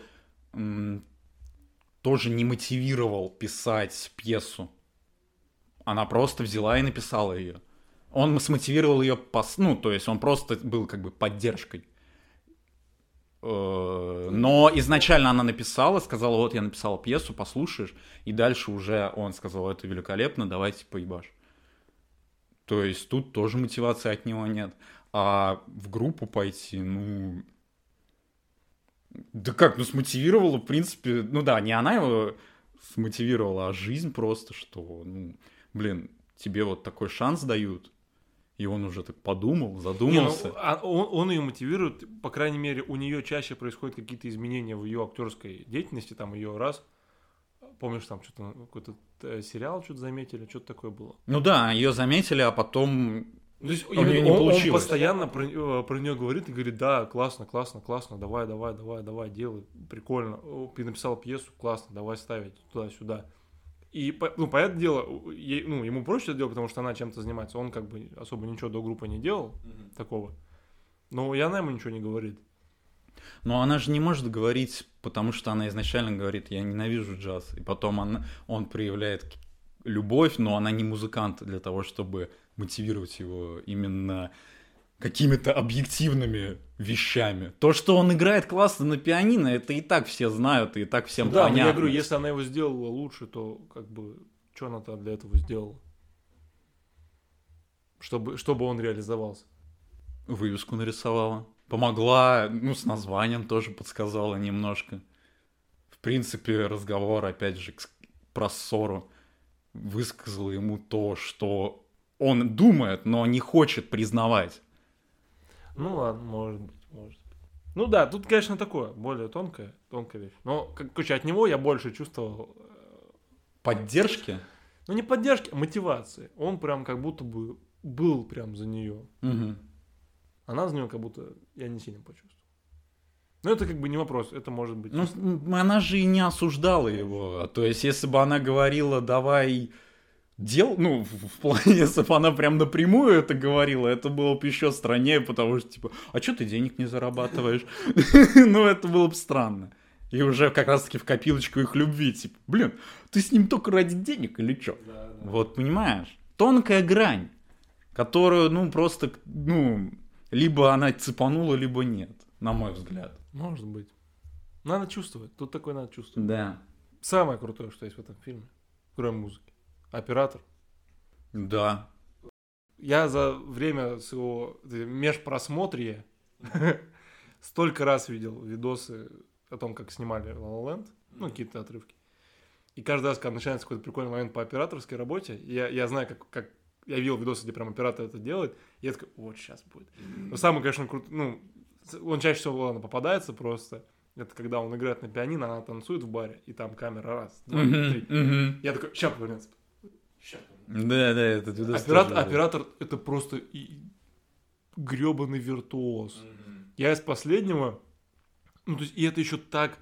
тоже не мотивировал писать пьесу. Она просто взяла и написала ее. Он смотивировал ее, ну, то есть он просто был как бы поддержкой. Но изначально она написала, сказала, вот я написала пьесу, послушаешь, и дальше уже он сказал, это великолепно, давайте поебашь. То есть тут тоже мотивации от него нет. А в группу пойти, ну... Да как, ну смотивировала, в принципе, ну да, не она его смотивировала, а жизнь просто, что, ну, блин, тебе вот такой шанс дают. И он уже так подумал, задумался. Не, ну, он ее мотивирует, по крайней мере, у нее чаще происходят какие-то изменения в ее актерской деятельности, там ее раз, помнишь, там что-то, какой-то сериал что-то заметили, что-то такое было. Ну да, ее заметили, а потом то есть, у нее не получилось. Он постоянно про нее говорит и говорит, да, классно, давай, делай, прикольно, ты написал пьесу, классно, давай ставить туда-сюда. И, ну, понятное дело, ему проще это делать, потому что она чем-то занимается. Он как бы особо ничего до группы не делал такого. Но и она ему ничего не говорит. Но она же не может говорить, потому что она изначально говорит, я ненавижу джаз. И потом он проявляет любовь, но она не музыкант для того, чтобы мотивировать его именно какими-то объективными вещами. То, что он играет классно на пианино, это и так все знают, и так всем понятно. Да, я говорю, если она его сделала лучше, то как бы что она-то для этого сделала? Чтобы он реализовался. Вывеску нарисовала. Помогла, ну, с названием тоже подсказала немножко. В принципе, разговор, опять же, про ссору. Высказала ему то, что он думает, но не хочет признавать. Ну ладно, может быть. Ну да, тут, конечно, такое, более тонкая вещь. Но, короче, от него я больше чувствовал... Поддержки? Ну не поддержки, а мотивации. Он прям как будто бы был прям за нее. Угу. Она за него как будто я не сильно почувствовал. Но это как бы не вопрос, это может быть... Ну, она же и не осуждала его. То есть, если бы она говорила, давай... ну, в плане, если бы она прям напрямую это говорила, это было бы еще страннее, потому что, типа, а что ты денег не зарабатываешь? Ну, это было бы странно. И уже как раз-таки в копилочку их любви, типа, блин, ты с ним только ради денег или что? Вот, понимаешь? Тонкая грань, которую, ну, просто, ну, либо она цепанула, либо нет, на мой взгляд. Может быть. Надо чувствовать, тут такое надо чувствовать. Да. Самое крутое, что есть в этом фильме, кроме музыки. Оператор. Да. Я за время своего межпросмотрия столько раз видел видосы о том, как снимали La La Land, ну, какие-то отрывки. И каждый раз, когда начинается какой-то прикольный момент по операторской работе, я знаю, как я видел видосы, где прям оператор это делает, и я такой, вот сейчас будет. Но самый, конечно, крутой, ну, он чаще всего, ладно, попадается просто. Это когда он играет на пианино, она танцует в баре, и там камера раз, два, три. Я такой, сейчас повернется. Да, это Оператор это просто гребаный виртуоз. Я из последнего, ну, то есть, и это еще так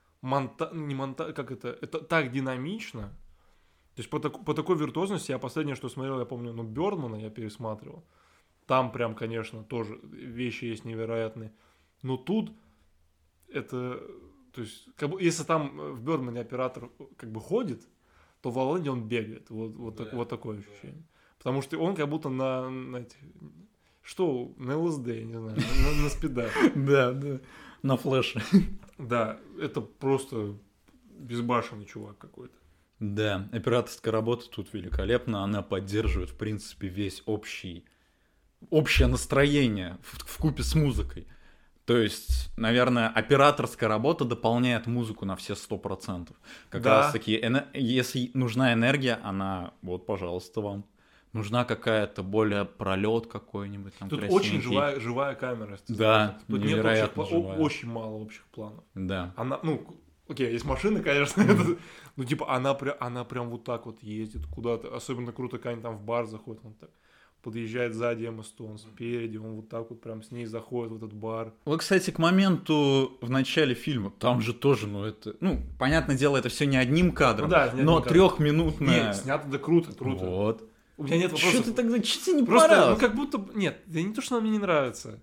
это так динамично. То есть, по такой виртуозности я последнее, что смотрел, я помню, ну, Бёрдмана я пересматривал. Там прям, конечно, тоже вещи есть невероятные. Но тут это, то есть, как бы, если там в Бёрдмане оператор как бы ходит, то в Володе он бегает. Вот такое ощущение. Потому что он как будто на этих... Что? На ЛСД, я не знаю. На спидах. Да. На флеше. Да, это просто безбашенный чувак какой-то. Да, операторская работа тут великолепна. Она поддерживает, в принципе, весь общее настроение вкупе с музыкой. То есть, наверное, операторская работа дополняет музыку на все 100%. Как раз таки, если нужна энергия, она, вот, пожалуйста, вам. Нужна какая-то более пролет какой-нибудь. Там, тут красивенький. очень живая камера. Да, тут невероятно нет живая. очень мало общих планов. Да. Она, ну, окей, есть машины, конечно, ну, типа, она прям вот так вот ездит куда-то. Особенно круто, когда они там в бар заходят, он так подъезжает сзади Эмма Стоун, спереди, он вот так вот прям с ней заходит в этот бар. Вот, кстати, к моменту в начале фильма, там же тоже, понятное дело, это все не одним кадром, но трехминутное... Нет, снято да круто. Вот. У меня нет вопросов. Что ты тогда, что тебе не просто, понравилось? Как будто... Нет, да не то, что она мне не нравится.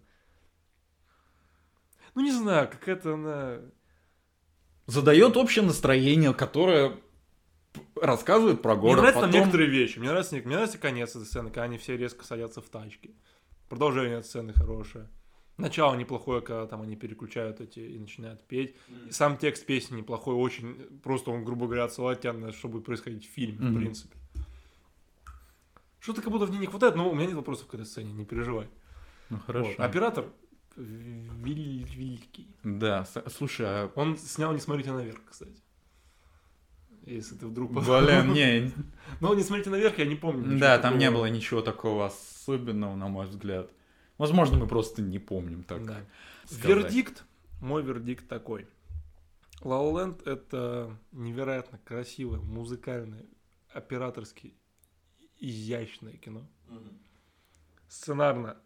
Ну, не знаю, какая-то она... Задает общее настроение, которое рассказывает про город. Мне нравятся там некоторые вещи. Мне нравится конец этой сцены, когда они все резко садятся в тачки. Продолжение сцены хорошее. Начало неплохое, когда там они переключают эти и начинают петь. И сам текст песни неплохой, очень... Просто он, грубо говоря, отсылает тебя на что будет происходить в фильме, в принципе. Что-то как будто в ней не хватает, но у меня нет вопросов к этой сцене, не переживай. Ну, хорошо. Вот. Оператор великий. Да, слушай, Он снял «Не смотрите наверх», кстати. Если ты вдруг... Блин, не... Ну, «Не смотрите наверх», я не помню. Да, там не было ничего такого особенного, на мой взгляд. Возможно, мы просто не помним так. Да. Вердикт, мой вердикт такой. La La Land — это невероятно красивое, музыкальное, операторски изящное кино. Сценарно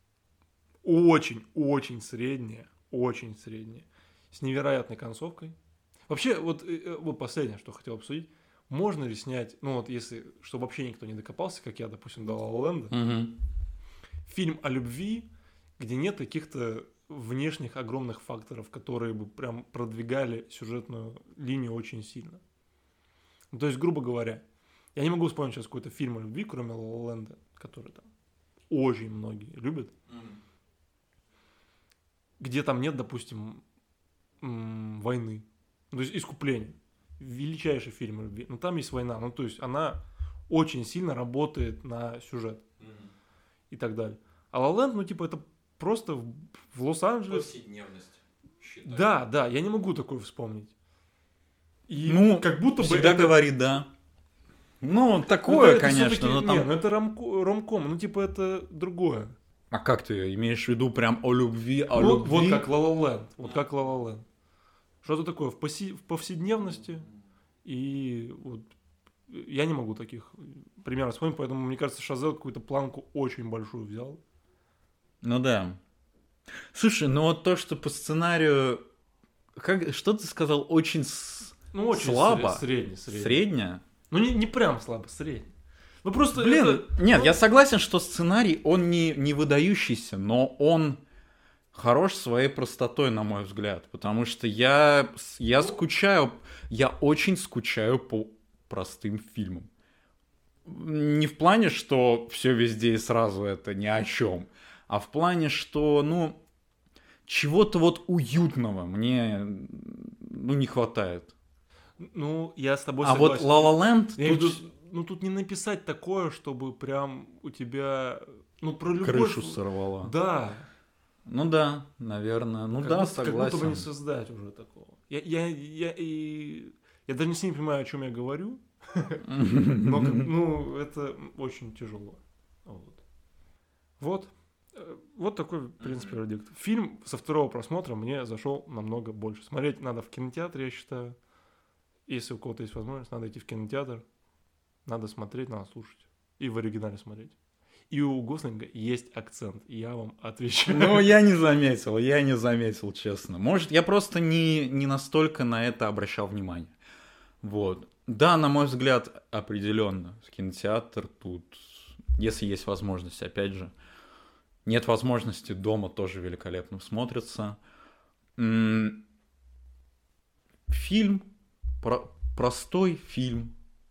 очень среднее, с невероятной концовкой. Вообще, вот последнее, что хотел обсудить, можно ли снять, ну вот если, чтобы вообще никто не докопался, как я, допустим, до La La Land, фильм о любви, где нет каких-то внешних огромных факторов, которые бы прям продвигали сюжетную линию очень сильно. Ну, то есть, грубо говоря, я не могу вспомнить сейчас какой-то фильм о любви, кроме La La Land, который там очень многие любят, где там нет, допустим, войны, то есть искупления. величайший фильм любви. Но там есть война. Ну, то есть она очень сильно работает на сюжет и так далее. А La La Land, ну, типа, это просто в Лос-Анджелес. Повседневность, считай. Да, я не могу такое вспомнить. И Ну, как будто бы всегда это... говорит «да». Ну, Ну, такое, это конечно, всё-таки- но там... Не, ну это ромком, ну типа это другое. А как ты имеешь в виду прям о любви, о Вот, любви? вот как La La Land, вот как La La Land. Что-то такое в повседневности, и вот я не могу таких примеров вспомнить, поэтому мне кажется, Шазел какую-то планку очень большую взял. Ну да. Слушай, ну вот то, что по сценарию... Что ты сказал? Очень Ну очень слабо? средний. Средняя? Ну не прям слабо, средний. Ну просто Блин, это... нет, ну, я согласен, что сценарий, он не выдающийся, но он хорош своей простотой, на мой взгляд. Потому что я скучаю, я очень скучаю по простым фильмам. Не в плане, что все везде и сразу это ни о чем, а в плане, что, ну, чего-то вот уютного мне, ну, не хватает. Ну, я с тобой А вот согласен. La La Land Я имею в тут виду, ну тут не написать такое, чтобы прям у тебя... Ну про любовь... крышу сорвала. Да. Ну да, наверное. Ну Как да, будто, Как будто бы согласен. не создать уже такого. Я даже не сильно понимаю, о чем я говорю. Но ну, это очень тяжело. Вот. Вот такой, в принципе, вердикт. Фильм со второго просмотра мне зашел намного больше. Смотреть надо в кинотеатре, я считаю. Если у кого-то есть возможность, надо идти в кинотеатр. Надо смотреть, надо слушать. И в оригинале смотреть. И у Гослинга есть акцент, я вам отвечаю. Ну, я не заметил, честно. Может, я просто не настолько на это обращал внимание. Вот. Да, на мой взгляд, определенно. Кинотеатр тут, если есть возможность, опять же. Нет возможности, дома тоже великолепно смотрится. Фильм, простой фильм.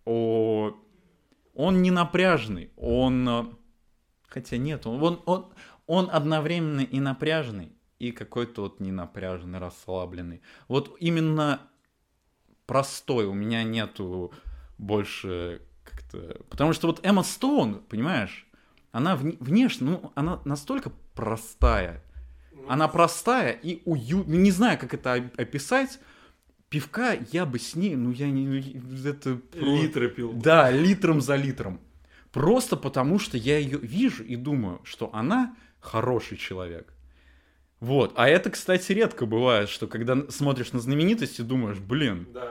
Он не напряжный, хотя нет, он одновременно и напряжный, и какой-то вот не напряженный, расслабленный. Вот именно простой, у меня нету больше как-то... Потому что вот Эмма Стоун, понимаешь, она внешне, ну, она настолько простая. Она простая и уютная. Не знаю, как это описать. Пивка я бы с ней, ну я не... Это Литры пил. Да, литром за литром. Просто потому, что я ее вижу и думаю, что она хороший человек. Вот. А это, кстати, редко бывает, что когда смотришь на знаменитости, думаешь, блин. Да.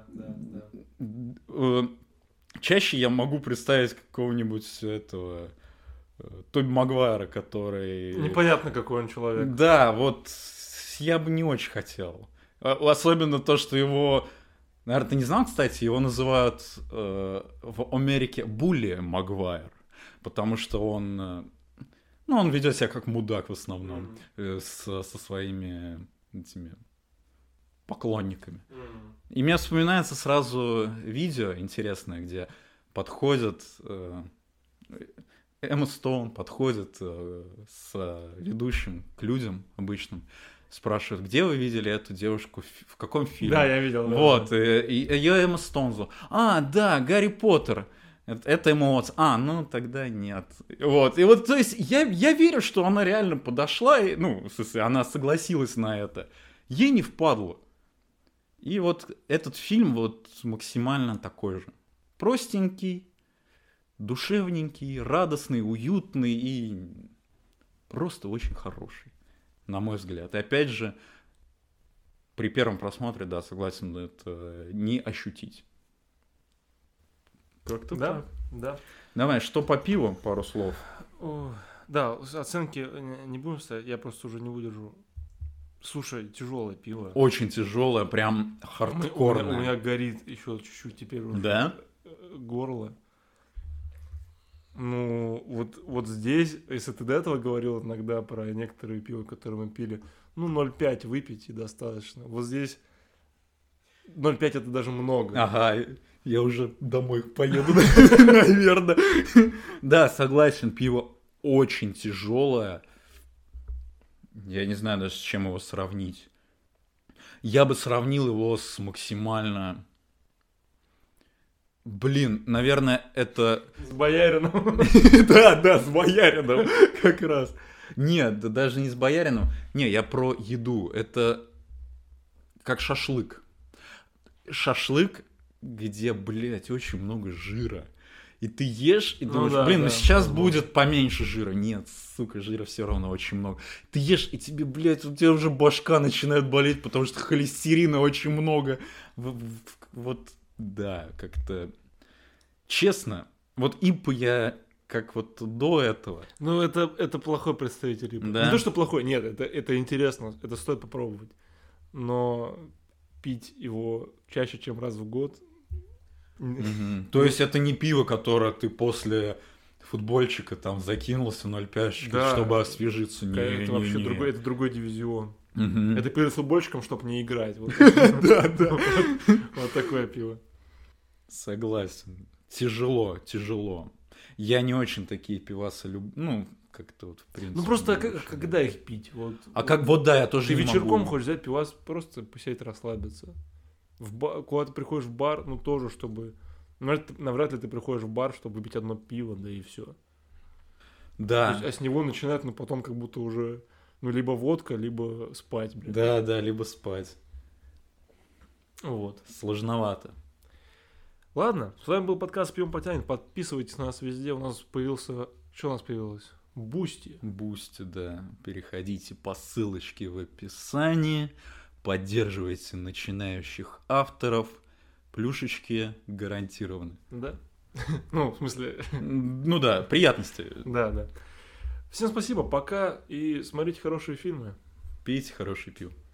Чаще я могу представить какого-нибудь этого... Тоби Магуайра, который... Непонятно, какой он человек. Да, вот я бы не очень хотел. Особенно то, что его... Наверное, ты не знал, кстати, его называют в Америке Булли Магуайр, потому что он... Ну, он ведет себя как мудак в основном, со своими этими поклонниками. И мне вспоминается сразу видео интересное, где подходят... Эмма Стоун подходит с ведущим к людям обычным, спрашивает, где вы видели эту девушку, в каком фильме? Да, я видел. Вот, и ее Эмма Стоун. Да, Гарри Поттер. Это Эмма Уотс. Ну тогда нет. Вот, и вот, то есть, я верю, что она реально подошла, и, ну, в смысле, она согласилась на это. Ей не впадло. И вот этот фильм вот максимально такой же. Простенький, душевненький, радостный, уютный и просто очень хороший, на мой взгляд. И опять же, при первом просмотре, да, согласен, это не ощутить. Как-то Да, так. да. Давай, что по пиву, пару слов. Да, оценки не будем ставить, я просто уже не выдержу. Слушай, тяжелое пиво. Очень тяжелое, прям хардкорное. У меня горит еще чуть-чуть теперь уже Да? горло. Ну, вот здесь, если ты до этого говорил иногда про некоторые пиво, которые мы пили, ну, 0,5 выпить и достаточно. Вот здесь 0,5 это даже много. Ага, я уже домой поеду, наверное. Да, согласен, пиво очень тяжелое. Я не знаю даже, с чем его сравнить. Я бы сравнил его с максимально Блин, наверное, это... С боярином. Да, с боярином, как раз. Нет, да даже не с боярином. Не, я про еду. Это как шашлык. Шашлык, где, блядь, очень много жира. И ты ешь, и думаешь, блин, сейчас будет поменьше жира. Нет, сука, жира все равно очень много. Ты ешь, и тебе, блядь, у тебя уже башка начинает болеть, потому что холестерина очень много. Вот, да, как-то... Честно, вот ипу я как вот до этого. Ну, это плохой представитель ипу. Да. Не то, что плохой, нет, это интересно, это стоит попробовать. Но пить его чаще, чем раз в год... То есть это не пиво, которое ты после футбольчика там закинулся 0,5, да, чтобы освежиться. Это вообще другой дивизион. Угу. Это перед футбольчиком, чтобы не играть. Да. Вот такое пиво. Согласен. Тяжело. Я не очень такие пивасы люблю. Ну, как-то вот в принципе. Ну просто когда их пить? Да, я тоже не могу. Ты вечерком хочешь взять пивас, просто посидеть, расслабиться. Куда ты приходишь в бар, ну тоже, чтобы... Навряд ли ты приходишь в бар, чтобы выпить одно пиво, да и все. Да. То есть, а с него начинает, потом как будто уже... либо водка, либо спать, блин. Да, либо спать. Вот. Сложновато. Ладно, с вами был подкаст «Пьем потянет». Подписывайтесь на нас везде. У нас появился... Что у нас появилось? Бусти. Бусти, да. Переходите по ссылочке в описании. Поддерживайте начинающих авторов. Плюшечки гарантированы. Да? Ну, в смысле... Ну да, приятности. Да. Всем спасибо, пока. И смотрите хорошие фильмы. Пейте хорошее пиво.